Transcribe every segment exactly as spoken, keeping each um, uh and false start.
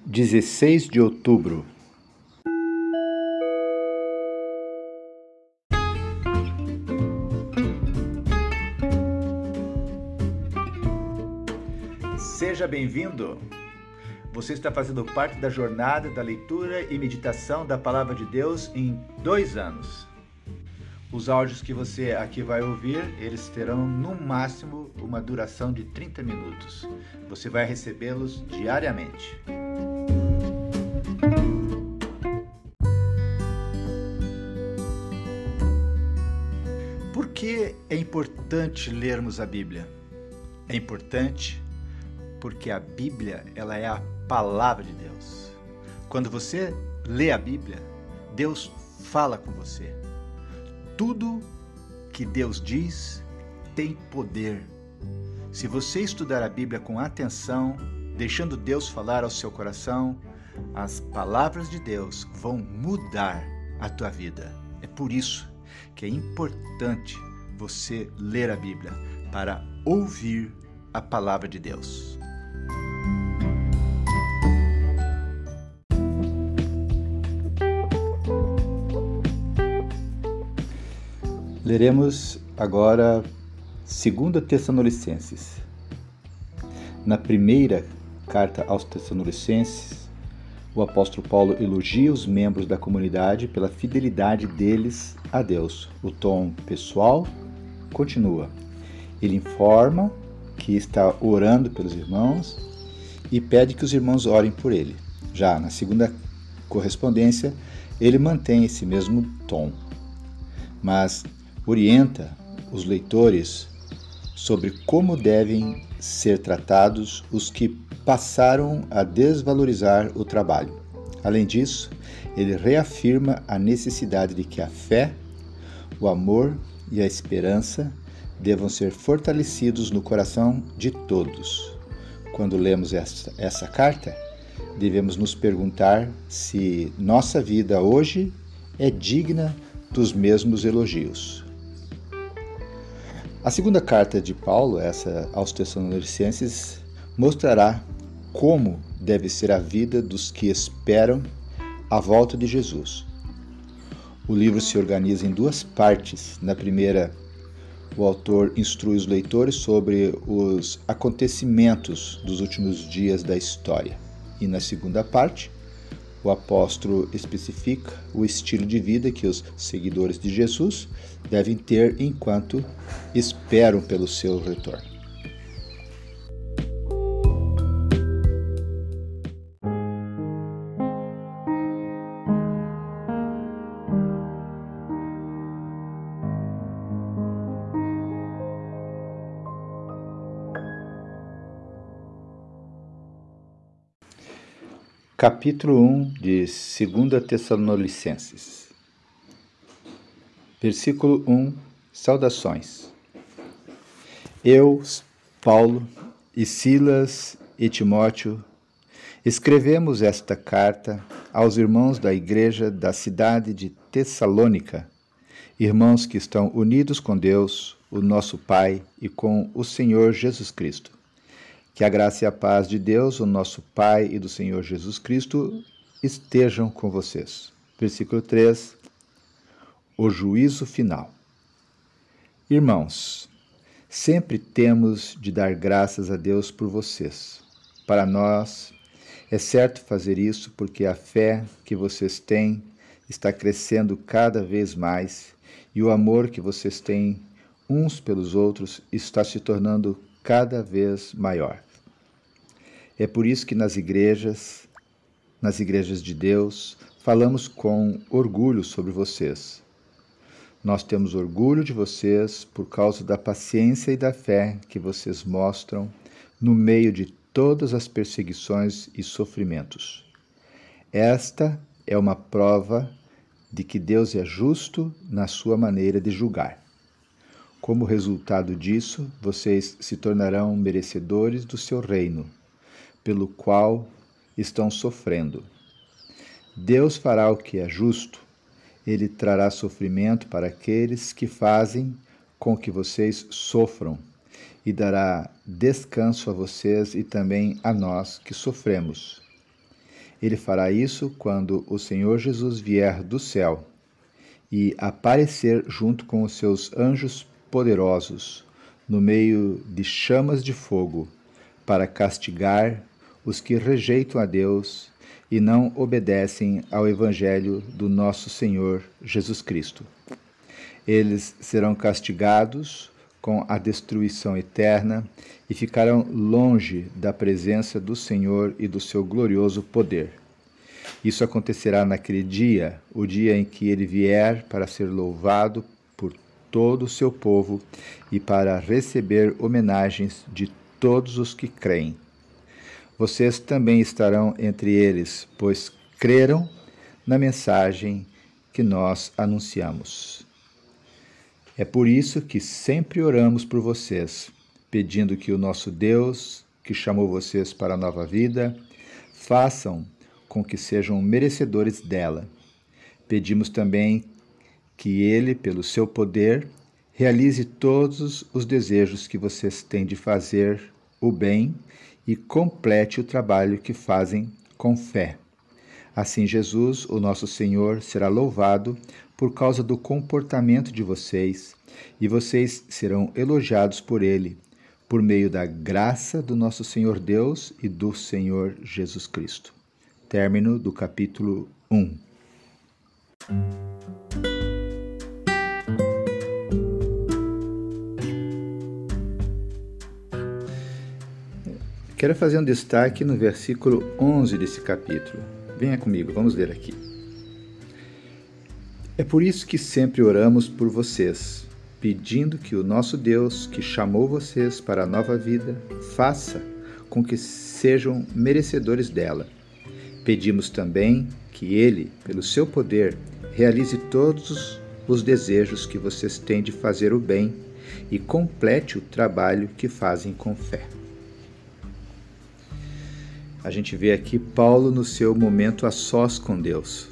dezesseis de outubro. Seja bem-vindo! Você está fazendo parte da jornada da leitura e meditação da Palavra de Deus em dois anos. Os áudios que você aqui vai ouvir, eles terão no máximo uma duração de trinta minutos. Você vai recebê-los diariamente. Por que é importante lermos a Bíblia? É importante porque a Bíblia, ela é a palavra de Deus. Quando você lê a Bíblia, Deus fala com você. Tudo que Deus diz tem poder. Se você estudar a Bíblia com atenção, deixando Deus falar ao seu coração, as palavras de Deus vão mudar a tua vida. É por isso que é importante você ler a Bíblia, para ouvir a palavra de Deus. Leremos agora segunda Tessalonicenses. Na primeira carta aos Tessalonicenses, o apóstolo Paulo elogia os membros da comunidade pela fidelidade deles a Deus. O tom pessoal continua. Ele informa que está orando pelos irmãos e pede que os irmãos orem por ele. Já na segunda correspondência, ele mantém esse mesmo tom, mas orienta os leitores sobre como devem ser tratados os que passaram a desvalorizar o trabalho. Além disso, ele reafirma a necessidade de que a fé, o amor e a esperança devam ser fortalecidos no coração de todos. Quando lemos essa, essa carta, devemos nos perguntar se nossa vida hoje é digna dos mesmos elogios. A segunda carta de Paulo, essa aos Tessalonicenses, mostrará como deve ser a vida dos que esperam a volta de Jesus. O livro se organiza em duas partes. Na primeira, o autor instrui os leitores sobre os acontecimentos dos últimos dias da história. E na segunda parte, o apóstolo especifica o estilo de vida que os seguidores de Jesus devem ter enquanto esperam pelo seu retorno. Capítulo um de segunda Tessalonicenses. Versículo um. Saudações. Eu, Paulo, e Silas e Timóteo, escrevemos esta carta aos irmãos da igreja da cidade de Tessalônica, irmãos que estão unidos com Deus, o nosso Pai, e com o Senhor Jesus Cristo. Que a graça e a paz de Deus, o nosso Pai, e do Senhor Jesus Cristo estejam com vocês. Versículo três. O juízo final. Irmãos, sempre temos de dar graças a Deus por vocês. Para nós, é certo fazer isso porque a fé que vocês têm está crescendo cada vez mais e o amor que vocês têm uns pelos outros está se tornando cada vez maior. É por isso que nas igrejas, nas igrejas de Deus, falamos com orgulho sobre vocês. Nós temos orgulho de vocês por causa da paciência e da fé que vocês mostram no meio de todas as perseguições e sofrimentos. Esta é uma prova de que Deus é justo na sua maneira de julgar. Como resultado disso, vocês se tornarão merecedores do seu reino, pelo qual estão sofrendo. Deus fará o que é justo. Ele trará sofrimento para aqueles que fazem com que vocês sofram e dará descanso a vocês e também a nós que sofremos. Ele fará isso quando o Senhor Jesus vier do céu e aparecer junto com os seus anjos poderosos no meio de chamas de fogo para castigar os que rejeitam a Deus e não obedecem ao Evangelho do nosso Senhor Jesus Cristo. Eles serão castigados com a destruição eterna e ficarão longe da presença do Senhor e do seu glorioso poder. Isso acontecerá naquele dia, o dia em que ele vier para ser louvado por todo o seu povo e para receber homenagens de todos os que creem. Vocês também estarão entre eles, pois creram na mensagem que nós anunciamos. É por isso que sempre oramos por vocês, pedindo que o nosso Deus, que chamou vocês para a nova vida, façam com que sejam merecedores dela. Pedimos também que Ele, pelo seu poder, realize todos os desejos que vocês têm de fazer o bem e complete o trabalho que fazem com fé. Assim, Jesus, o nosso Senhor, será louvado por causa do comportamento de vocês, e vocês serão elogiados por Ele, por meio da graça do nosso Senhor Deus e do Senhor Jesus Cristo. Término do capítulo um. Quero fazer um destaque no versículo onze desse capítulo. Venha comigo, vamos ler aqui. É por isso que sempre oramos por vocês, pedindo que o nosso Deus, que chamou vocês para a nova vida, faça com que sejam merecedores dela. Pedimos também que Ele, pelo seu poder, realize todos os desejos que vocês têm de fazer o bem e complete o trabalho que fazem com fé. A gente vê aqui Paulo no seu momento a sós com Deus.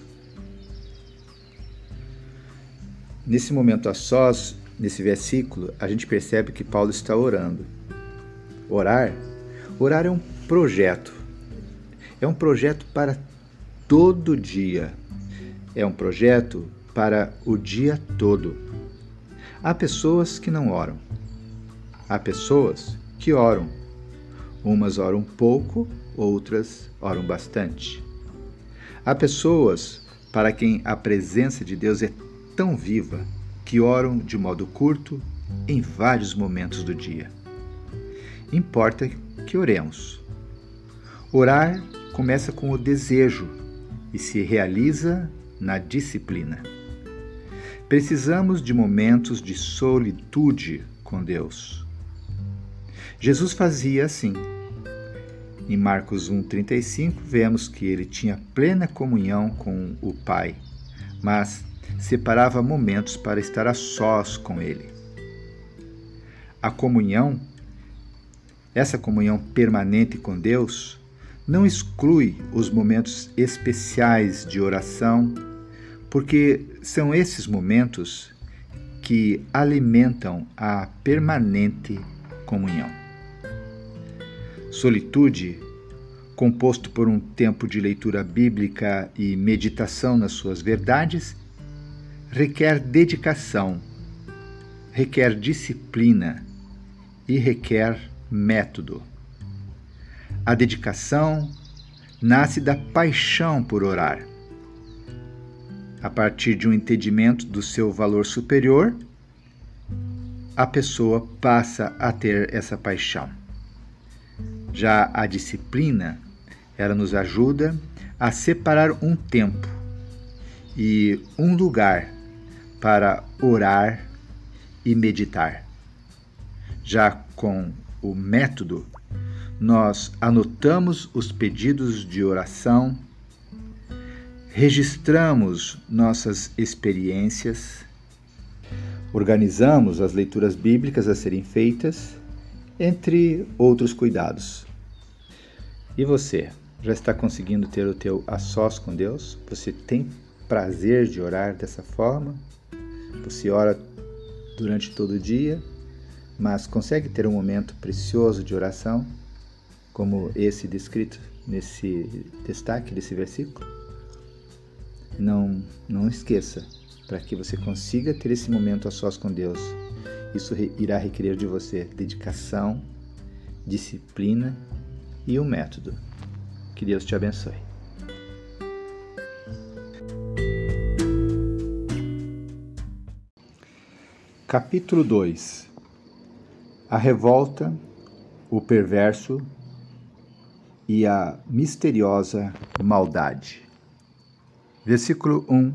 Nesse momento a sós, nesse versículo, a gente percebe que Paulo está orando. Orar? Orar é um projeto. É um projeto para todo dia. É um projeto para o dia todo. Há pessoas que não oram. Há pessoas que oram. Umas oram pouco, outras oram bastante. Há pessoas para quem a presença de Deus é tão viva que oram de modo curto em vários momentos do dia. Importa que oremos. Orar começa com o desejo e se realiza na disciplina. Precisamos de momentos de solitude com Deus. Jesus fazia assim. Em Marcos um, trinta e cinco, vemos que ele tinha plena comunhão com o Pai, mas separava momentos para estar a sós com ele. A comunhão, essa comunhão permanente com Deus, não exclui os momentos especiais de oração, porque são esses momentos que alimentam a permanente comunhão. Solitude, composto por um tempo de leitura bíblica e meditação nas suas verdades, requer dedicação, requer disciplina e requer método. A dedicação nasce da paixão por orar. A partir de um entendimento do seu valor superior, a pessoa passa a ter essa paixão. Já a disciplina, ela nos ajuda a separar um tempo e um lugar para orar e meditar. Já com o método, nós anotamos os pedidos de oração, registramos nossas experiências, organizamos as leituras bíblicas a serem feitas, entre outros cuidados. E você, já está conseguindo ter o teu a sós com Deus? Você tem prazer de orar dessa forma? Você ora durante todo o dia, mas consegue ter um momento precioso de oração, como esse descrito nesse destaque desse versículo? Não, não esqueça, para que você consiga ter esse momento a sós com Deus, isso irá requerer de você dedicação, disciplina e um método. Que Deus te abençoe. Capítulo dois. A revolta, o perverso e a misteriosa maldade. Versículo um.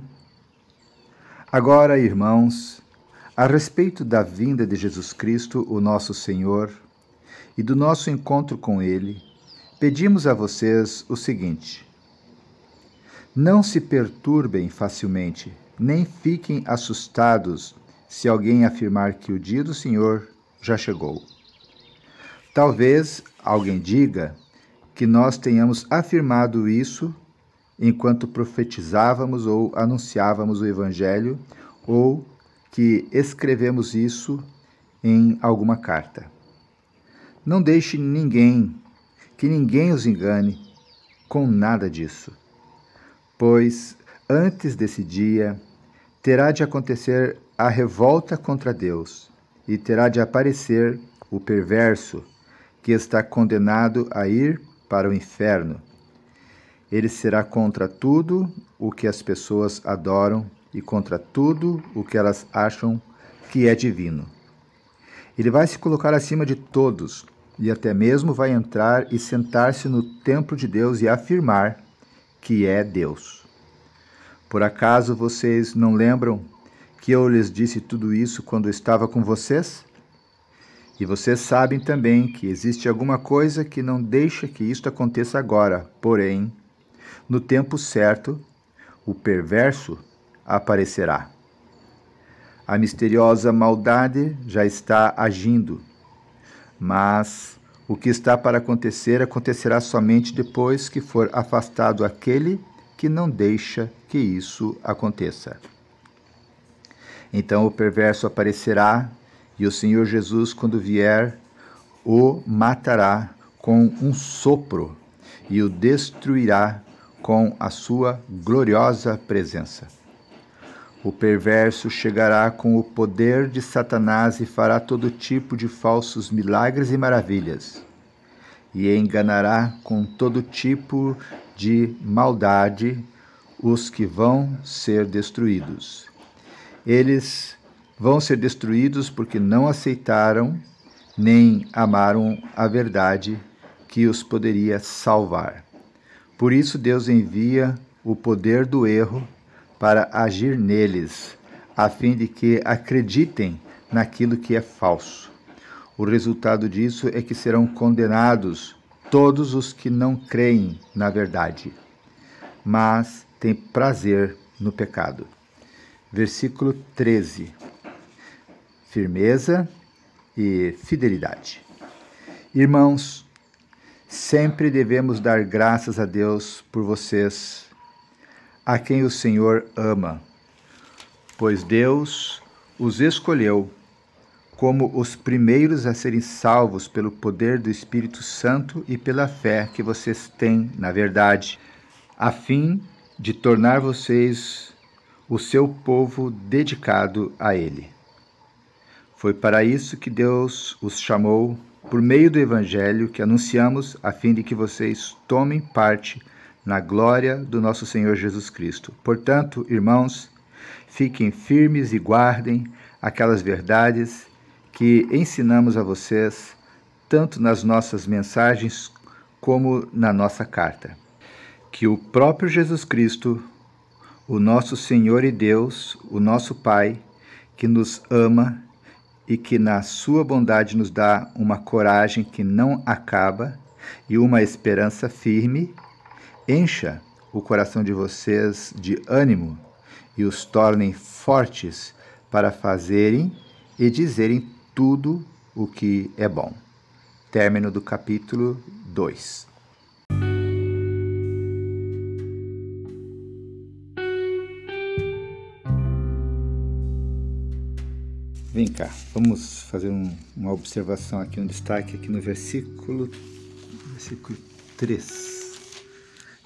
Agora, irmãos, a respeito da vinda de Jesus Cristo, o nosso Senhor, e do nosso encontro com Ele, pedimos a vocês o seguinte: não se perturbem facilmente, nem fiquem assustados se alguém afirmar que o dia do Senhor já chegou. Talvez alguém diga que nós tenhamos afirmado isso enquanto profetizávamos ou anunciávamos o Evangelho, ou que escrevemos isso em alguma carta. Não deixe ninguém, que ninguém os engane com nada disso, pois antes desse dia terá de acontecer a revolta contra Deus, e terá de aparecer o perverso, que está condenado a ir para o inferno. Ele será contra tudo o que as pessoas adoram e contra tudo o que elas acham que é divino. Ele vai se colocar acima de todos e até mesmo vai entrar e sentar-se no templo de Deus e afirmar que é Deus. Por acaso vocês não lembram que eu lhes disse tudo isso quando estava com vocês? E vocês sabem também que existe alguma coisa que não deixa que isto aconteça agora, porém, no tempo certo, o perverso aparecerá. A misteriosa maldade já está agindo, mas o que está para acontecer acontecerá somente depois que for afastado aquele que não deixa que isso aconteça. Então o perverso aparecerá, e o Senhor Jesus, quando vier, o matará com um sopro e o destruirá com a sua gloriosa presença. O perverso chegará com o poder de Satanás e fará todo tipo de falsos milagres e maravilhas, e enganará com todo tipo de maldade os que vão ser destruídos. Eles vão ser destruídos porque não aceitaram nem amaram a verdade que os poderia salvar. Por isso Deus envia o poder do erro para agir neles, a fim de que acreditem naquilo que é falso. O resultado disso é que serão condenados todos os que não creem na verdade, mas têm prazer no pecado. Versículo treze. Firmeza e fidelidade. Irmãos, sempre devemos dar graças a Deus por vocês, a quem o Senhor ama, pois Deus os escolheu como os primeiros a serem salvos pelo poder do Espírito Santo e pela fé que vocês têm na verdade, a fim de tornar vocês o seu povo dedicado a Ele. Foi para isso que Deus os chamou por meio do Evangelho que anunciamos, a fim de que vocês tomem parte na glória do nosso Senhor Jesus Cristo. Portanto, irmãos, fiquem firmes e guardem aquelas verdades que ensinamos a vocês, tanto nas nossas mensagens como na nossa carta. Que o próprio Jesus Cristo, o nosso Senhor e Deus, o nosso Pai, que nos ama e que na sua bondade nos dá uma coragem que não acaba e uma esperança firme, encha o coração de vocês de ânimo e os tornem fortes para fazerem e dizerem tudo o que é bom. Término do capítulo dois. Vem cá, vamos fazer um, uma observação aqui, um destaque aqui no versículo, versículo três.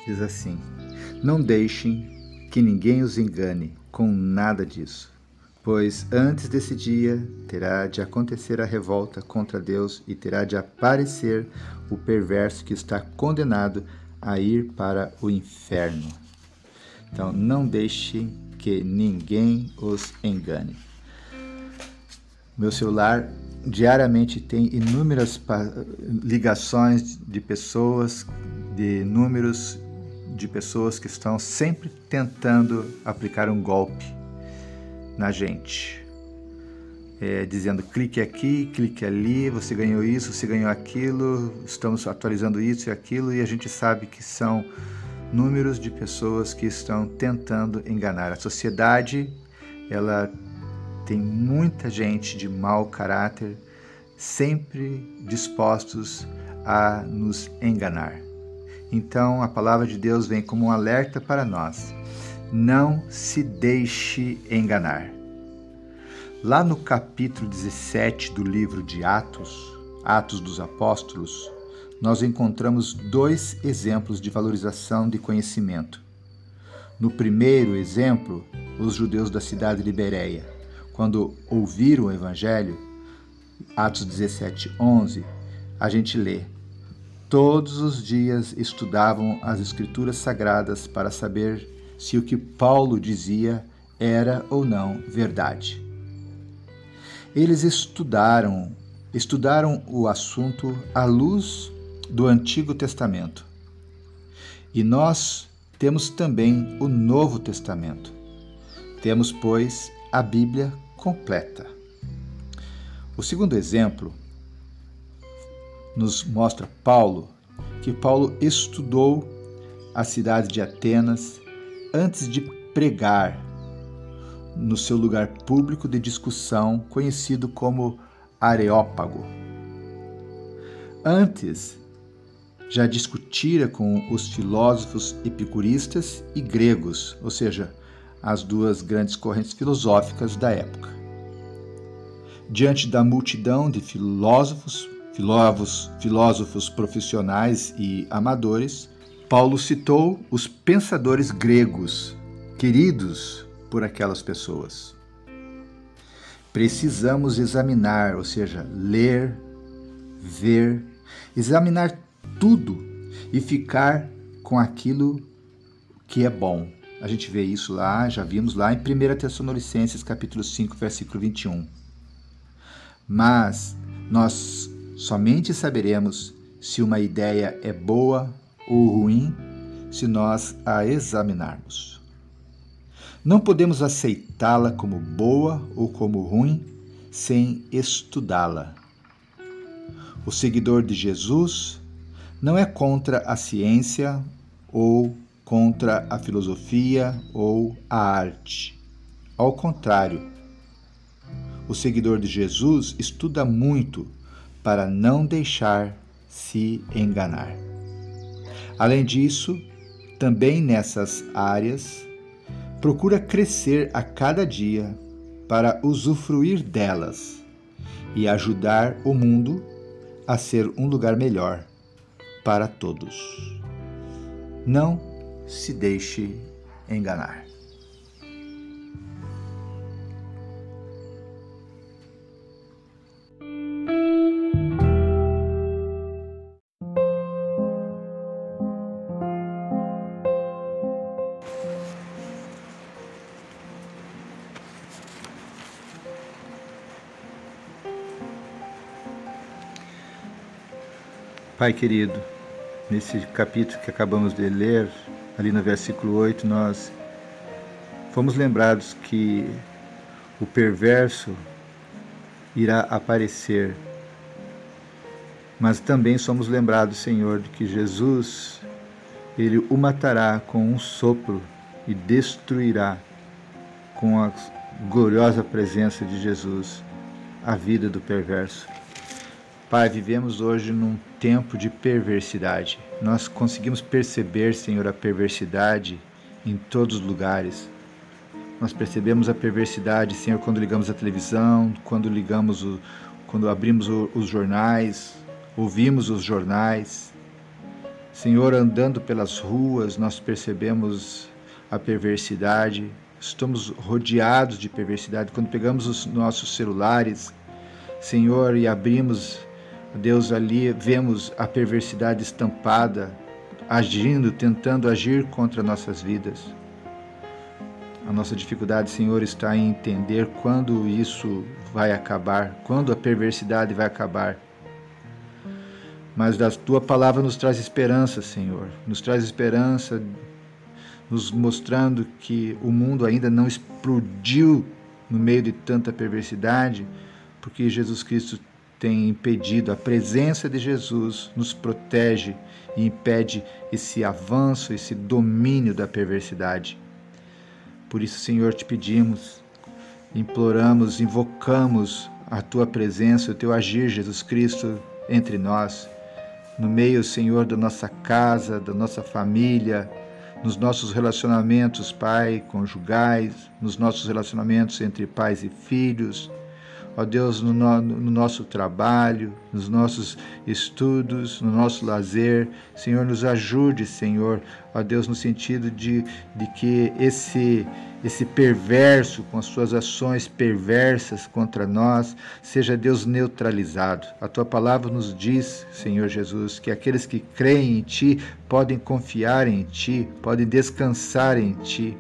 diz assim: não deixem que ninguém os engane com nada disso, pois antes desse dia terá de acontecer a revolta contra Deus e terá de aparecer o perverso que está condenado a ir para o inferno. Então, não deixem que ninguém os engane. Meu celular diariamente tem inúmeras ligações de pessoas, de números de pessoas que estão sempre tentando aplicar um golpe na gente. É, dizendo clique aqui, clique ali, você ganhou isso, você ganhou aquilo, estamos atualizando isso e aquilo, e a gente sabe que são números de pessoas que estão tentando enganar. A sociedade, ela tem muita gente de mau caráter, sempre dispostos a nos enganar. Então, a palavra de Deus vem como um alerta para nós. Não se deixe enganar. Lá no capítulo dezessete do livro de Atos, Atos dos Apóstolos, nós encontramos dois exemplos de valorização de conhecimento. No primeiro exemplo, os judeus da cidade de Bereia, quando ouviram o Evangelho, Atos dezessete, onze, a gente lê: todos os dias estudavam as Escrituras Sagradas para saber se o que Paulo dizia era ou não verdade. Eles estudaram, estudaram o assunto à luz do Antigo Testamento. E nós temos também o Novo Testamento. Temos, pois, a Bíblia completa. O segundo exemplo nos mostra Paulo, que Paulo estudou a cidade de Atenas antes de pregar no seu lugar público de discussão, conhecido como Areópago. Antes, já discutira com os filósofos epicuristas e gregos, ou seja, as duas grandes correntes filosóficas da época. Diante da multidão de filósofos, filósofos, filósofos profissionais e amadores, Paulo citou os pensadores gregos, queridos por aquelas pessoas. Precisamos examinar, ou seja, ler, ver, examinar tudo e ficar com aquilo que é bom. A gente vê isso lá, já vimos lá em primeira Tessalonicenses, capítulo cinco, versículo vinte e um. Mas nós somente saberemos se uma ideia é boa ou ruim se nós a examinarmos. Não podemos aceitá-la como boa ou como ruim sem estudá-la. O seguidor de Jesus não é contra a ciência ou contra a filosofia ou a arte. Ao contrário, o seguidor de Jesus estuda muito para não deixar se enganar. Além disso, também nessas áreas, procura crescer a cada dia para usufruir delas e ajudar o mundo a ser um lugar melhor para todos. Não se deixe enganar. Pai querido, nesse capítulo que acabamos de ler, ali no versículo oito, nós fomos lembrados que o perverso irá aparecer, mas também somos lembrados, Senhor, de que Jesus, ele o matará com um sopro e destruirá com a gloriosa presença de Jesus a vida do perverso. Pai, vivemos hoje num tempo de perversidade. Nós conseguimos perceber, Senhor, a perversidade em todos os lugares. Nós percebemos a perversidade, Senhor, quando ligamos a televisão, quando ligamos, o, quando abrimos o, os jornais, ouvimos os jornais. Senhor, andando pelas ruas, nós percebemos a perversidade, estamos rodeados de perversidade. Quando pegamos os nossos celulares, Senhor, e abrimos, Deus, ali vemos a perversidade estampada, agindo, tentando agir contra nossas vidas. A nossa dificuldade, Senhor, está em entender quando isso vai acabar, quando a perversidade vai acabar. Mas a Tua palavra nos traz esperança, Senhor, nos traz esperança, nos mostrando que o mundo ainda não explodiu no meio de tanta perversidade, porque Jesus Cristo tem impedido, a presença de Jesus nos protege e impede esse avanço, esse domínio da perversidade. Por isso, Senhor, te pedimos, imploramos, invocamos a Tua presença, o Teu agir, Jesus Cristo, entre nós, no meio, Senhor, da nossa casa, da nossa família, nos nossos relacionamentos, Pai, conjugais, nos nossos relacionamentos entre pais e filhos, ó Deus, no, no, no nosso trabalho, nos nossos estudos, no nosso lazer. Senhor, nos ajude, Senhor, ó Deus, no sentido de, de que esse, esse perverso, com as suas ações perversas contra nós, seja, Deus, neutralizado. A Tua palavra nos diz, Senhor Jesus, que aqueles que creem em Ti podem confiar em Ti, podem descansar em Ti.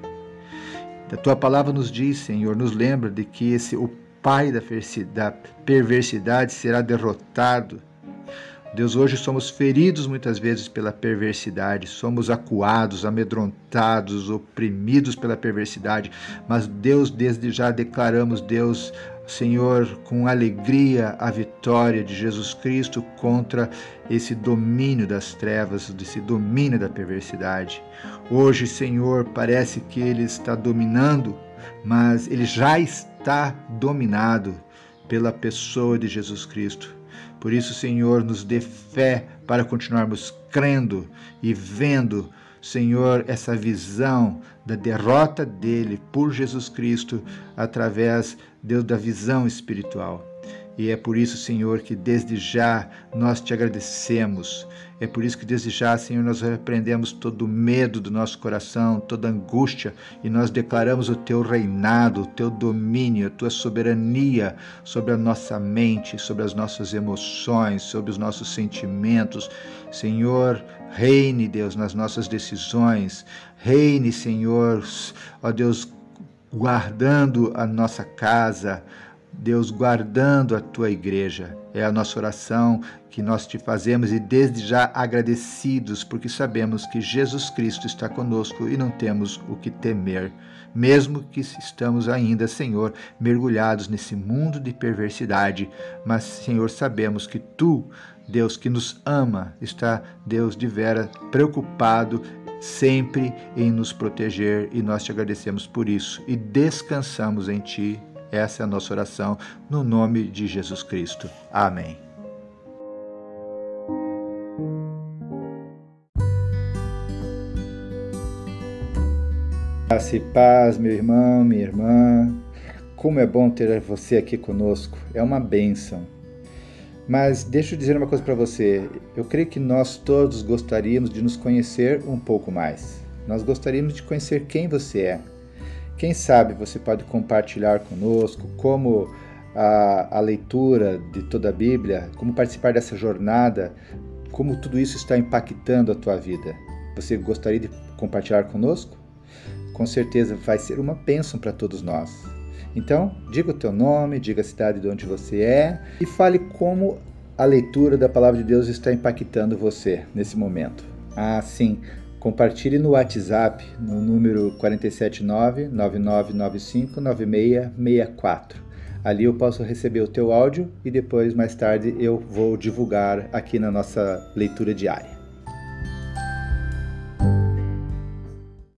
A Tua palavra nos diz, Senhor, nos lembra de que esse, o Pai da perversidade será derrotado. Deus, hoje somos feridos muitas vezes pela perversidade, somos acuados, amedrontados, oprimidos pela perversidade, mas Deus, desde já declaramos, Deus, Senhor, com alegria a vitória de Jesus Cristo contra esse domínio das trevas, desse domínio da perversidade. Hoje, Senhor, parece que Ele está dominando, mas Ele já está dominado pela pessoa de Jesus Cristo. Por isso, Senhor, nos dê fé para continuarmos crendo e vendo, Senhor, essa visão da derrota dele por Jesus Cristo através, Deus, da visão espiritual. E é por isso, Senhor, que desde já nós te agradecemos. É por isso que desde já, Senhor, nós repreendemos todo o medo do nosso coração, toda angústia, e nós declaramos o Teu reinado, o Teu domínio, a Tua soberania sobre a nossa mente, sobre as nossas emoções, sobre os nossos sentimentos. Senhor, reine, Deus, nas nossas decisões. Reine, Senhor, ó Deus, guardando a nossa casa, Deus, guardando a Tua igreja. É a nossa oração que nós te fazemos e desde já agradecidos, porque sabemos que Jesus Cristo está conosco e não temos o que temer, mesmo que estamos ainda, Senhor, mergulhados nesse mundo de perversidade. Mas, Senhor, sabemos que Tu, Deus que nos ama, está, Deus, de vera preocupado sempre em nos proteger, e nós te agradecemos por isso e descansamos em Ti. Essa é a nossa oração, no nome de Jesus Cristo. Amém. Graça e paz, meu irmão, minha irmã. Como é bom ter você aqui conosco. É uma bênção. Mas deixa eu dizer uma coisa para você. Eu creio que nós todos gostaríamos de nos conhecer um pouco mais. Nós gostaríamos de conhecer quem você é. Quem sabe você pode compartilhar conosco como a, a leitura de toda a Bíblia, como participar dessa jornada, como tudo isso está impactando a tua vida. Você gostaria de compartilhar conosco? Com certeza vai ser uma bênção para todos nós. Então, diga o teu nome, diga a cidade de onde você é e fale como a leitura da Palavra de Deus está impactando você nesse momento. Ah, sim. Compartilhe no WhatsApp, no número quatro sete nove, nove nove nove cinco, nove seis seis quatro. Ali eu posso receber o teu áudio e depois, mais tarde, eu vou divulgar aqui na nossa leitura diária.